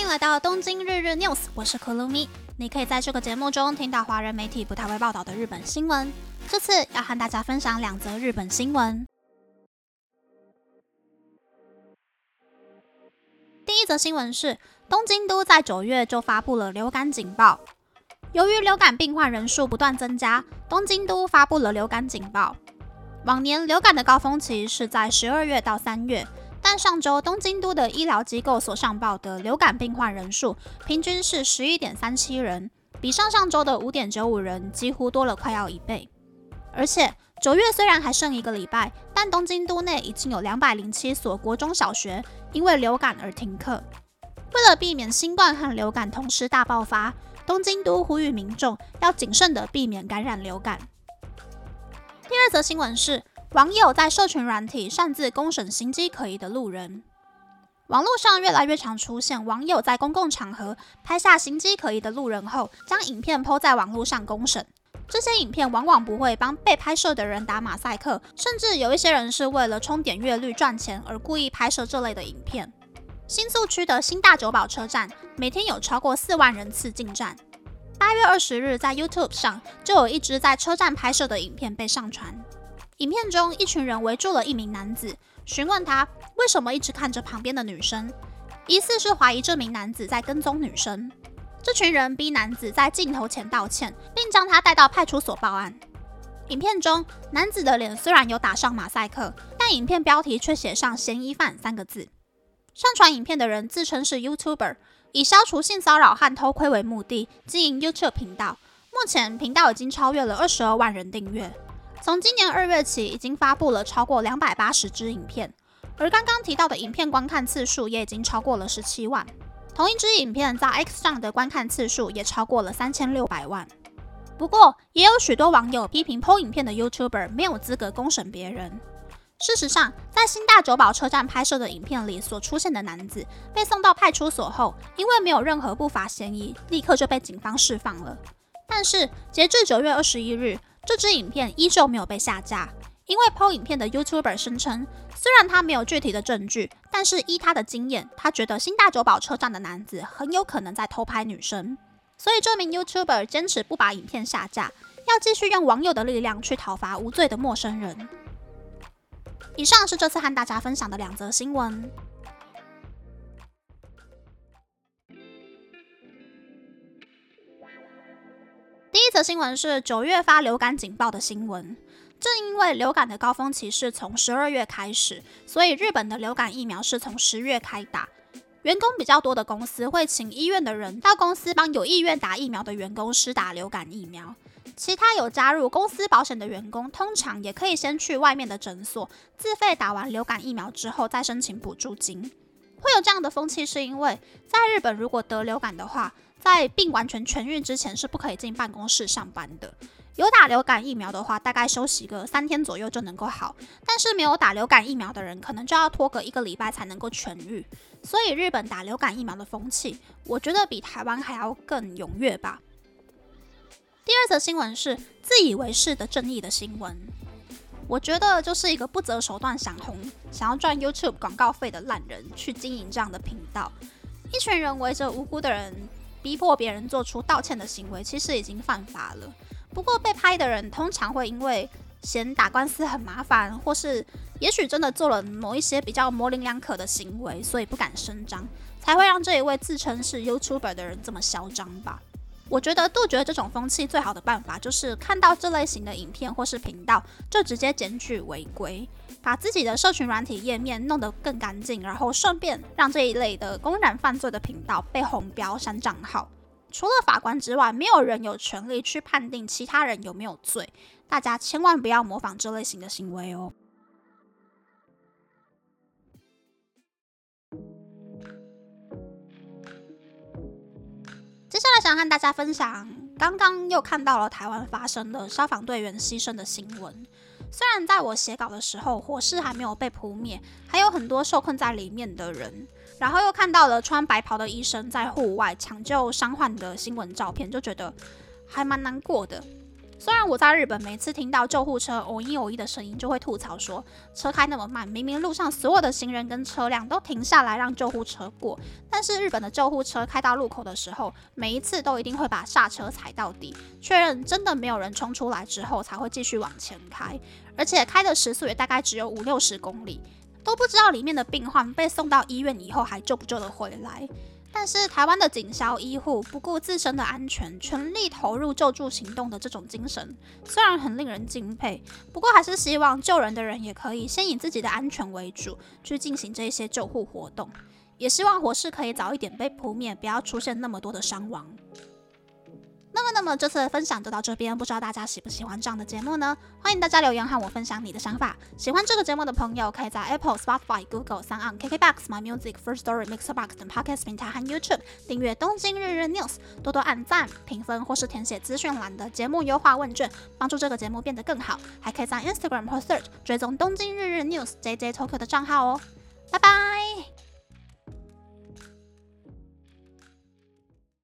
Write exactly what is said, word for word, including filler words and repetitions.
迎来到东京日日 News， 我是 Kurumi。你可以在这个节目中听到华人媒体不太会报道的日本新闻。这次要和大家分享两则日本新闻。第一则新闻是，东京都在九月就发布了流感警报。由于流感病患人数不断增加，东京都发布了流感警报。往年流感的高峰期是在十二月到三月。但上周东京都的医疗机构所上报的流感病患人数平均是 十一点三七 人，比上上周的 五点九五 人几乎多了快要一倍。而且九月虽然还剩一个礼拜，但东京都内已经有两百零七所国中小学因为流感而停课。为了避免新冠和流感同时大爆发，东京都呼吁民众要谨慎地避免感染流感。第二则新闻是，网友在社群软体擅自公审行迹可疑的路人。网络上越来越常出现网友在公共场合拍下行迹可疑的路人后，将影片 po 在网络上公审。这些影片往往不会帮被拍摄的人打马赛克，甚至有一些人是为了冲点阅率赚钱而故意拍摄这类的影片。新宿区的新大久保车站每天有超过四万人次进站。八月二十日在 YouTube 上就有一支在车站拍摄的影片被上传。影片中，一群人围住了一名男子，询问他为什么一直看着旁边的女生，疑似是怀疑这名男子在跟踪女生。这群人逼男子在镜头前道歉，并将他带到派出所报案。影片中，男子的脸虽然有打上马赛克，但影片标题却写上嫌疑犯三个字。上传影片的人自称是 YouTuber， 以消除性骚扰和偷窥为目的，经营 YouTube 频道。目前频道已经超越了二十二万人订阅。从今年二月起，已经发布了超过两百八十支影片，而刚刚提到的影片观看次数也已经超过了十七万。同一支影片在 X 上的观看次数也超过了三千六百万。不过，也有许多网友批评 po 影片的 YouTuber 没有资格公审别人。事实上，在新大久保车站拍摄的影片里所出现的男子，被送到派出所后，因为没有任何不法嫌疑，立刻就被警方释放了。但是，截至九月二十一日，这支影片依旧没有被下架，因为 po 影片的 YouTuber 声称，虽然他没有具体的证据，但是依他的经验，他觉得新大久保车站的男子很有可能在偷拍女生，所以这名 YouTuber 坚持不把影片下架，要继续用网友的力量去讨伐无罪的陌生人。以上是这次和大家分享的两则新闻。第一则新闻是九月发流感警报的新闻。正因为流感的高峰期是从十二月开始，所以日本的流感疫苗是从十月开打。员工比较多的公司会请医院的人到公司帮有意愿打疫苗的员工施打流感疫苗。其他有加入公司保险的员工，通常也可以先去外面的诊所自费打完流感疫苗之后再申请补助金。会有这样的风气是因为在日本，如果得流感的话，在病完全痊愈之前是不可以进办公室上班的。有打流感疫苗的话，大概休息个三天左右就能够好，但是没有打流感疫苗的人，可能就要拖个一个礼拜才能够痊愈。所以日本打流感疫苗的风气，我觉得比台湾还要更踊跃吧。第二则新闻是自以为是的正义的新闻。我觉得就是一个不择手段想红、想要赚 YouTube 广告费的烂人去经营这样的频道。一群人围着无辜的人逼迫别人做出道歉的行为，其实已经犯法了。不过被拍的人通常会因为嫌打官司很麻烦，或是也许真的做了某一些比较模棱两可的行为，所以不敢声张，才会让这一位自称是 YouTuber 的人这么嚣张吧。我觉得杜绝这种风气最好的办法就是看到这类型的影片或是频道，就直接检举违规，把自己的社群软体页面弄得更干净，然后顺便让这一类的公然犯罪的频道被红标删账号。除了法官之外，没有人有权利去判定其他人有没有罪，大家千万不要模仿这类型的行为哦。接下来想和大家分享，刚刚又看到了台湾发生了消防队员牺牲的新闻。虽然在我写稿的时候，火势还没有被扑灭，还有很多受困在里面的人，然后又看到了穿白袍的医生在户外抢救伤患的新闻照片，就觉得还蛮难过的。 虽然我在日本每次听到救护车偶一偶一的声音，就会吐槽说车开那么慢，明明路上所有的行人跟车辆都停下来让救护车过，但是日本的救护车开到路口的时候，每一次都一定会把刹车踩到底，确认真的没有人冲出来之后，才会继续往前开，而且开的时速也大概只有五六十公里，都不知道里面的病患被送到医院以后还救不救得回来。但是台湾的警消医护不顾自身的安全，全力投入救助行动的这种精神，虽然很令人敬佩，不过还是希望救人的人也可以先以自己的安全为主，去进行这些救护活动，也希望火势可以早一点被扑灭，不要出现那么多的伤亡。那么，那么这次的分享就到这边，不知道大家喜不喜欢这样的节目呢？欢迎大家留言和我分享你的想法。喜欢这个节目的朋友，可以在 Apple、Spotify、Google、SoundOn、K K B O X、My Music、Firstory、Mixerbox 等 Podcast 平台和 YouTube 订阅东京日日 News， 多多按赞、评分或是填写资讯栏的节目优化问卷，帮助这个节目变得更好。还可以在 Instagram 或 Search 追踪东京日日 News J J Tokyo 的账号哦。